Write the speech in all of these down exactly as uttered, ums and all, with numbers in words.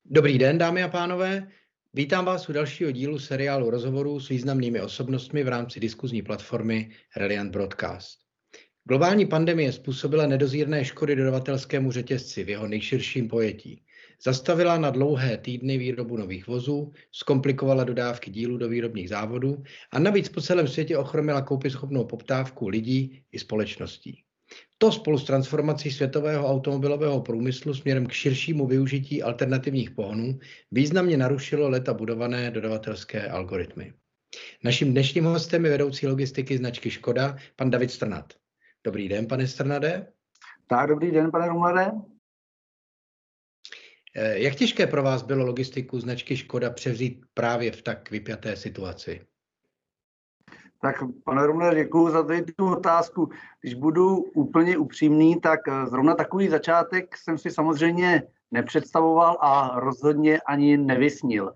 Dobrý den, dámy a pánové. Vítám vás u dalšího dílu seriálu rozhovorů s významnými osobnostmi v rámci diskuzní platformy Reliant Broadcast. Globální pandemie způsobila nedozírné škody dodavatelskému řetězci v jeho nejširším pojetí. Zastavila na dlouhé týdny výrobu nových vozů, zkomplikovala dodávky dílů do výrobních závodů a navíc po celém světě ochromila koupěschopnou poptávku lidí i společností. To spolu s transformací světového automobilového průmyslu směrem k širšímu využití alternativních pohonů významně narušilo léta budované dodavatelské algoritmy. Naším dnešním hostem je vedoucí logistiky značky Škoda, pan David Strnad. Dobrý den, pane Strnade. Tak, dobrý den, pane Rumlade. Jak těžké pro vás bylo logistiku značky Škoda převzít právě v tak vypjaté situaci? Tak, pane Rumlade, děkuji za tady tu otázku. Když budu úplně upřímný, tak zrovna takový začátek jsem si samozřejmě nepředstavoval a rozhodně ani nevysnil.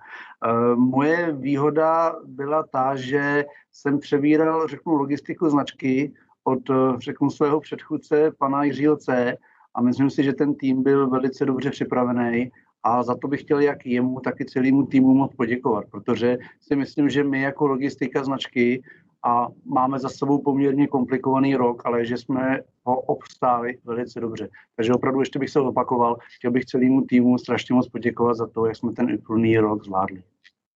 Moje výhoda byla ta, že jsem přebíral, řeknu, logistiku značky od, řeknu, svého předchůdce, pana Jiřího C. A myslím si, že ten tým byl velice dobře připravený a za to bych chtěl jak jemu, tak i celému týmu moc poděkovat, protože si myslím, že my jako logistika značky a máme za sebou poměrně komplikovaný rok, ale že jsme ho obstáli velice dobře. Takže opravdu ještě bych se opakoval, chtěl bych celému týmu strašně moc poděkovat za to, jak jsme ten úplný rok zvládli.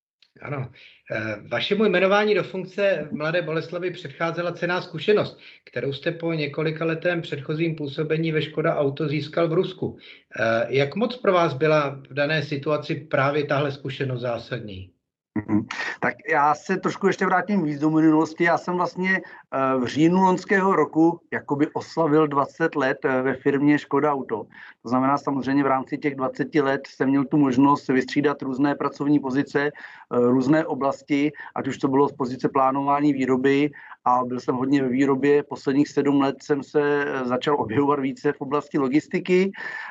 Ano. Vašemu jmenování do funkce v Mladé Boleslavi předcházela cenná zkušenost, kterou jste po několika letém předchozím působení ve Škoda Auto získal v Rusku. Jak moc pro vás byla v dané situaci právě tahle zkušenost zásadní? Mm-hmm. Tak já se trošku ještě vrátím víc do minulosti. Já jsem vlastně v říjnu loňského roku jakoby oslavil dvacet let ve firmě Škoda Auto. To znamená, samozřejmě v rámci těch dvaceti let jsem měl tu možnost vystřídat různé pracovní pozice, různé oblasti, ať už to bylo z pozice plánování výroby, a byl jsem hodně ve výrobě. Posledních sedm let jsem se začal objevovat více v oblasti logistiky,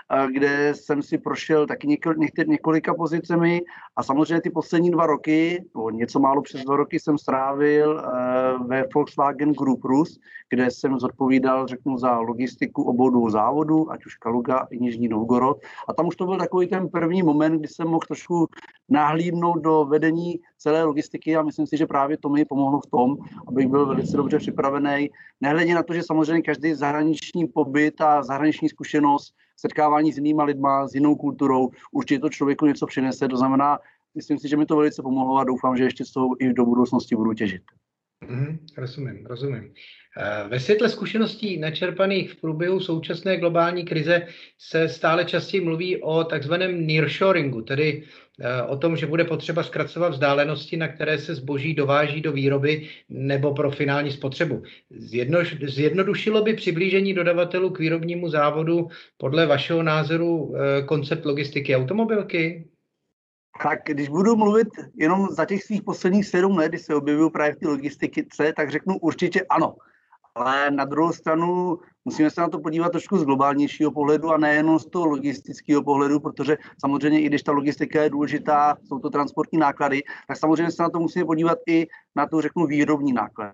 kde jsem si prošel taky několik, několika pozicemi a samozřejmě ty poslední dva roky, nebo něco málo přes dva roky jsem strávil ve Volkswagen Group Rus, kde jsem zodpovídal, řeknu, za logistiku obou závodů, ať už Kaluga i Nižní Novgorod. A tam už to byl takový ten první moment, kdy jsem mohl trošku nahlídnout do vedení celé logistiky a myslím si, že právě to mi pomohlo v tom, abych byl velice dobře připravený. Nehledě na to, že samozřejmě každý zahraniční pobyt a zahraniční zkušenost, setkávání s jinýma lidma, s jinou kulturou, určitě to člověku něco přinese. To znamená, myslím si, že mi to velice pomohlo a doufám, že ještě z toho i do budoucnosti budu těžit. Mm, rozumím, rozumím. Ve světle zkušeností načerpaných v průběhu současné globální krize se stále častěji mluví o takzvaném nearshoringu, tedy o tom, že bude potřeba zkracovat vzdálenosti, na které se zboží dováží do výroby nebo pro finální spotřebu. Zjedno, zjednodušilo by přiblížení dodavatelů k výrobnímu závodu podle vašeho názoru koncept logistiky automobilky? Tak když budu mluvit jenom za těch svých posledních sedm let, kdy se objevuju právě v té logistice, tak řeknu určitě ano. Ale na druhou stranu musíme se na to podívat trošku z globálnějšího pohledu a nejenom z toho logistického pohledu, protože samozřejmě i když ta logistika je důležitá, jsou to transportní náklady, tak samozřejmě se na to musíme podívat i na to, řeknu, výrobní náklad.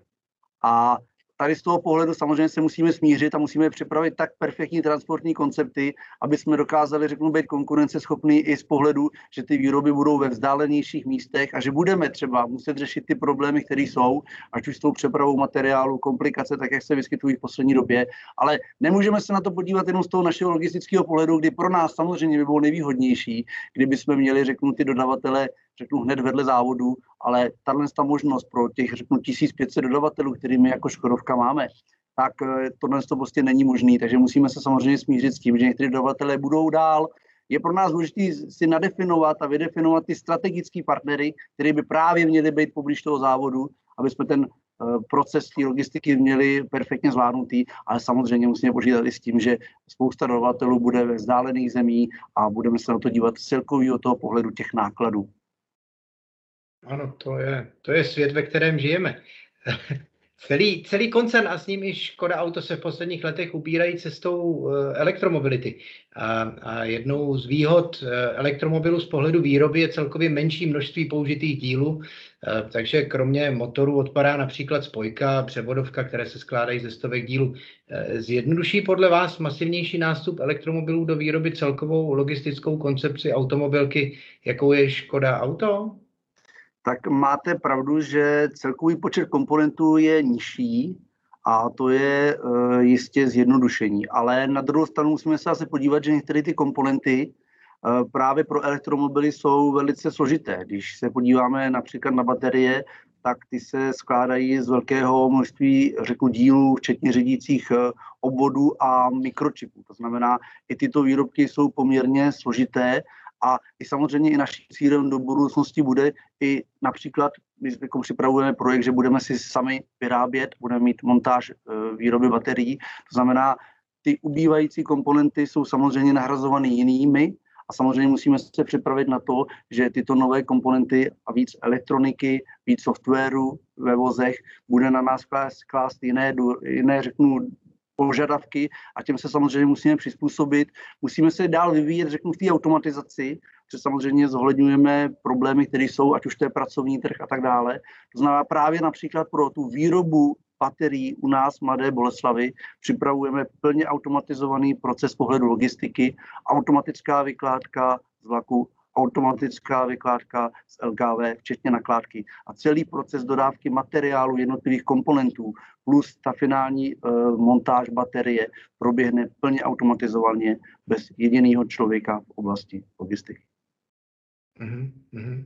A tady z toho pohledu samozřejmě se musíme smířit a musíme připravit tak perfektní transportní koncepty, aby jsme dokázali, řeknu, být konkurenceschopní i z pohledu, že ty výroby budou ve vzdálenějších místech a že budeme třeba muset řešit ty problémy, které jsou, ať už s tou přepravou materiálu, komplikace, tak jak se vyskytují v poslední době. Ale nemůžeme se na to podívat jenom z toho našeho logistického pohledu, kdy pro nás samozřejmě by bylo nejvýhodnější, kdyby jsme měli, řeknu, ty dodavatele, řeknu, hned vedle závodu, ale tahle ta možnost pro těch, řeknu, tisíc pět set dodavatelů, který my jako Škodovka máme, tak tohle to prostě není možný, takže musíme se samozřejmě smířit s tím, že někteří dodavatelé budou dál. Je pro nás důležité si nadefinovat a vydefinovat ty strategické partnery, které by právě měly být poblíž toho závodu, aby jsme ten proces té logistiky měli perfektně zvládnutý, ale samozřejmě musíme počítat i s tím, že spousta dodavatelů bude ve vzdálených zemí a budeme se na to dívat z celkového toho pohledu těch nákladů. Ano, to je, to je svět, ve kterém žijeme. Celý, celý koncern a s ním i Škoda Auto se v posledních letech ubírají cestou elektromobility. A, a jednou z výhod elektromobilu z pohledu výroby je celkově menší množství použitých dílů, takže kromě motoru odpadá například spojka, převodovka, které se skládají ze stovek dílů. Zjednoduší podle vás masivnější nástup elektromobilů do výroby celkovou logistickou koncepci automobilky, jakou je Škoda Auto? Tak máte pravdu, že celkový počet komponentů je nižší a to je uh, jistě zjednodušení. Ale na druhou stranu musíme se asi podívat, že některé ty komponenty uh, právě pro elektromobily jsou velice složité. Když se podíváme například na baterie, tak ty se skládají z velkého množství, řeknu, dílů, včetně řídících uh, obvodů a mikročipů. To znamená, i tyto výrobky jsou poměrně složité. A i samozřejmě i naším cílem do budoucnosti bude i například, my jako připravujeme projekt, že budeme si sami vyrábět, budeme mít montáž e, výroby baterií. To znamená, ty ubývající komponenty jsou samozřejmě nahrazovány jinými a samozřejmě musíme se připravit na to, že tyto nové komponenty a víc elektroniky, víc softwaru ve vozech bude na nás klást, klást jiné, jiné, řeknu, požadavky a těm se samozřejmě musíme přizpůsobit. Musíme se dál vyvíjet, řeknu, v té automatizaci, protože samozřejmě zohledňujeme problémy, které jsou, ať už to je pracovní trh a tak dále. To znamená právě například pro tu výrobu baterií u nás v Mladé Boleslavi připravujeme plně automatizovaný proces pohledu logistiky, automatická vykládka z vlaku, automatická vykládka z L K V, včetně nakládky. A celý proces dodávky materiálu jednotlivých komponentů plus ta finální uh, montáž baterie proběhne plně automatizovaně bez jediného člověka v oblasti logistiky. Mm-hmm.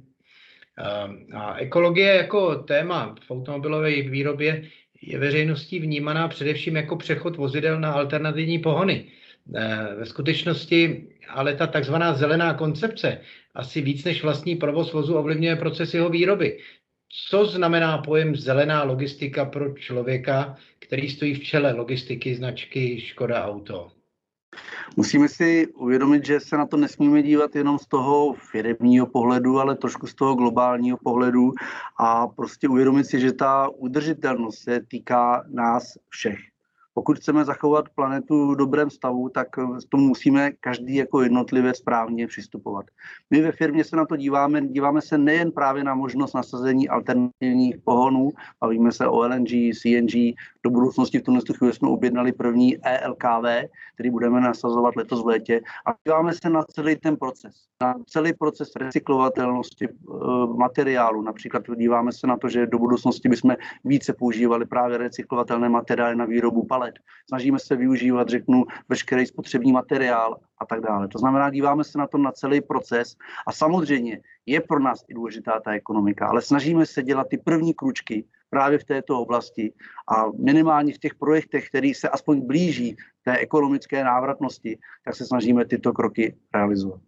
A ekologie jako téma v automobilové výrobě je veřejností vnímaná především jako přechod vozidel na alternativní pohony. Ve skutečnosti ale ta takzvaná zelená koncepce asi víc než vlastní provoz vozu ovlivňuje proces jeho výroby. Co znamená pojem zelená logistika pro člověka, který stojí v čele logistiky značky Škoda Auto? Musíme si uvědomit, že se na to nesmíme dívat jenom z toho firemního pohledu, ale trošku z toho globálního pohledu a prostě uvědomit si, že ta udržitelnost se týká nás všech. Pokud chceme zachovat planetu v dobrém stavu, tak k tomu musíme každý jako jednotlivec správně přistupovat. My ve firmě se na to díváme, díváme se nejen právě na možnost nasazení alternativních pohonů, bavíme se o L N G, C N G, do budoucnosti v tomhle chvíli jsme objednali první E L K V, který budeme nasazovat letos v létě a díváme se na celý ten proces, na celý proces recyklovatelnosti materiálu. Například díváme se na to, že do budoucnosti bychom více používali právě recyklovatelné materiály na výrobu palet. Snažíme se využívat, řeknu, veškerý spotřební materiál a tak dále. To znamená, díváme se na to na celý proces a samozřejmě je pro nás i důležitá ta ekonomika, ale snažíme se dělat ty první kručky právě v této oblasti a minimálně v těch projektech, který se aspoň blíží té ekonomické návratnosti, tak se snažíme tyto kroky realizovat.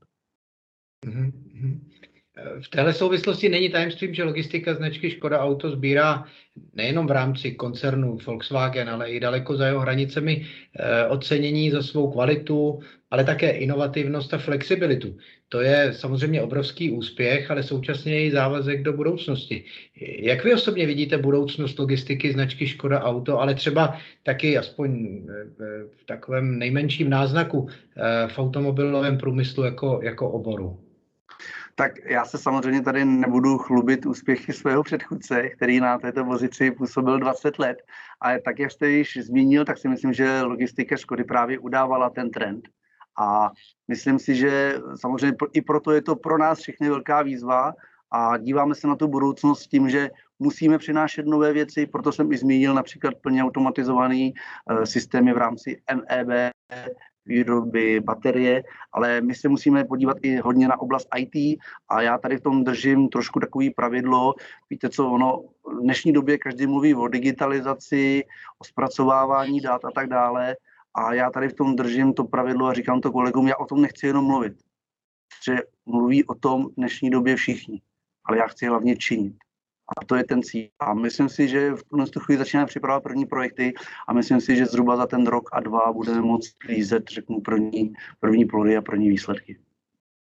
Mm-hmm. V téhle souvislosti není tajemstvím, že logistika značky Škoda Auto sbírá nejenom v rámci koncernu Volkswagen, ale i daleko za jeho hranicemi ocenění za svou kvalitu, ale také inovativnost a flexibilitu. To je samozřejmě obrovský úspěch, ale současně i závazek do budoucnosti. Jak vy osobně vidíte budoucnost logistiky značky Škoda Auto, ale třeba taky aspoň v takovém nejmenším náznaku v automobilovém průmyslu jako, jako oboru? Tak já se samozřejmě tady nebudu chlubit úspěchy svého předchůdce, který na této pozici působil dvacet let. A tak, jak jste již zmínil, tak si myslím, že logistika Škody právě udávala ten trend. A myslím si, že samozřejmě i proto je to pro nás všechny velká výzva a díváme se na tu budoucnost s tím, že musíme přinášet nové věci, proto jsem i zmínil například plně automatizovaný uh, systémy v rámci M E B, výroby baterie, ale my se musíme podívat i hodně na oblast I T a já tady v tom držím trošku takový pravidlo. Víte co, ono v dnešní době každý mluví o digitalizaci, o zpracovávání dat a tak dále a já tady v tom držím to pravidlo a říkám to kolegům, já o tom nechci jenom mluvit. Že mluví o tom v dnešní době všichni, ale já chci hlavně činit. A to je ten cíl. A myslím si, že v tuhle chvíli začínáme připravovat první projekty a myslím si, že zhruba za ten rok a dva budeme moct lízet, řeknu, první, první plody a první výsledky.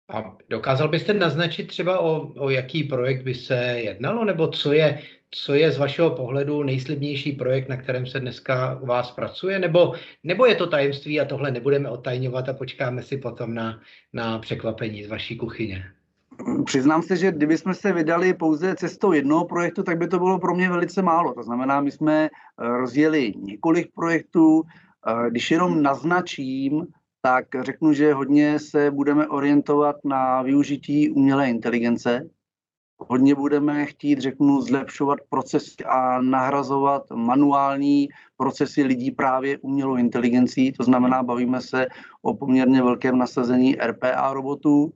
A dokázal byste naznačit třeba, o, o jaký projekt by se jednalo, nebo co je, co je z vašeho pohledu nejslibnější projekt, na kterém se dneska u vás pracuje, nebo, nebo je to tajemství a tohle nebudeme odtajňovat a počkáme si potom na, na překvapení z vaší kuchyně? Přiznám se, že kdybychom se vydali pouze cestou jednoho projektu, tak by to bylo pro mě velice málo. To znamená, my jsme rozjeli několik projektů. Když jenom naznačím, tak řeknu, že hodně se budeme orientovat na využití umělé inteligence. Hodně budeme chtít, řeknu, zlepšovat procesy a nahrazovat manuální procesy lidí právě umělou inteligencí. To znamená, bavíme se o poměrně velkém nasazení R P A robotů.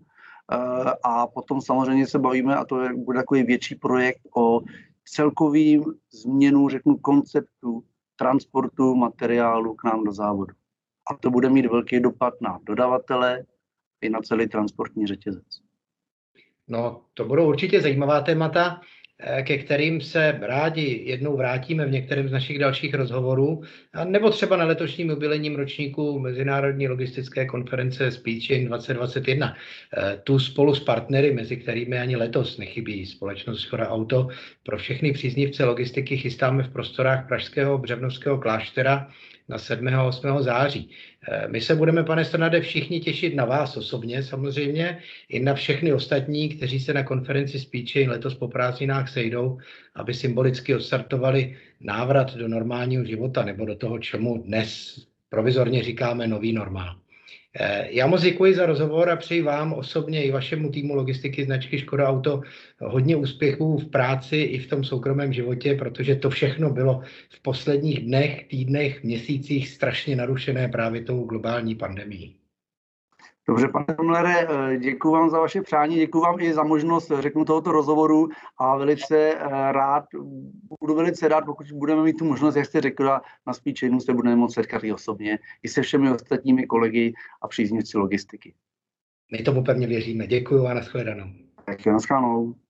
A potom samozřejmě se bavíme, a to je, bude takový větší projekt, o celkovým změnu, řeknu, konceptu transportu materiálu k nám do závodu. A to bude mít velký dopad na dodavatele i na celý transportní řetězec. No, to budou určitě zajímavá témata, ke kterým se rádi jednou vrátíme v některém z našich dalších rozhovorů, nebo třeba na letošním jubilejním ročníku Mezinárodní logistické konference SpeedChain dvacet dvacet jedna. Tu spolu s partnery, mezi kterými ani letos nechybí společnost Škoda Auto, pro všechny příznivce logistiky chystáme v prostorách pražského Břevnovského kláštera na sedmého a osmého září. My se budeme, pane Strnade, všichni těšit na vás osobně samozřejmě, i na všechny ostatní, kteří se na konferenci SpeedChain letos po prázdninách sejdou, aby symbolicky odstartovali návrat do normálního života, nebo do toho, čemu dnes provizorně říkáme nový normál. Já moc děkuji za rozhovor a přeji vám osobně i vašemu týmu logistiky značky Škoda Auto hodně úspěchů v práci i v tom soukromém životě, protože to všechno bylo v posledních dnech, týdnech, měsících strašně narušené právě tou globální pandemií. Dobře, pane Tomlere, děkuji vám za vaše přání, děkuji vám i za možnost, řeknu, tohoto rozhovoru a velice rád, budu velice rád, pokud budeme mít tu možnost, jak jste řekla, na SpeedChainu se budeme moct setkat i osobně, i se všemi ostatními kolegy a příznivci logistiky. My tomu pevně věříme. Děkuji a nashledanou. Tak jo, nashledanou.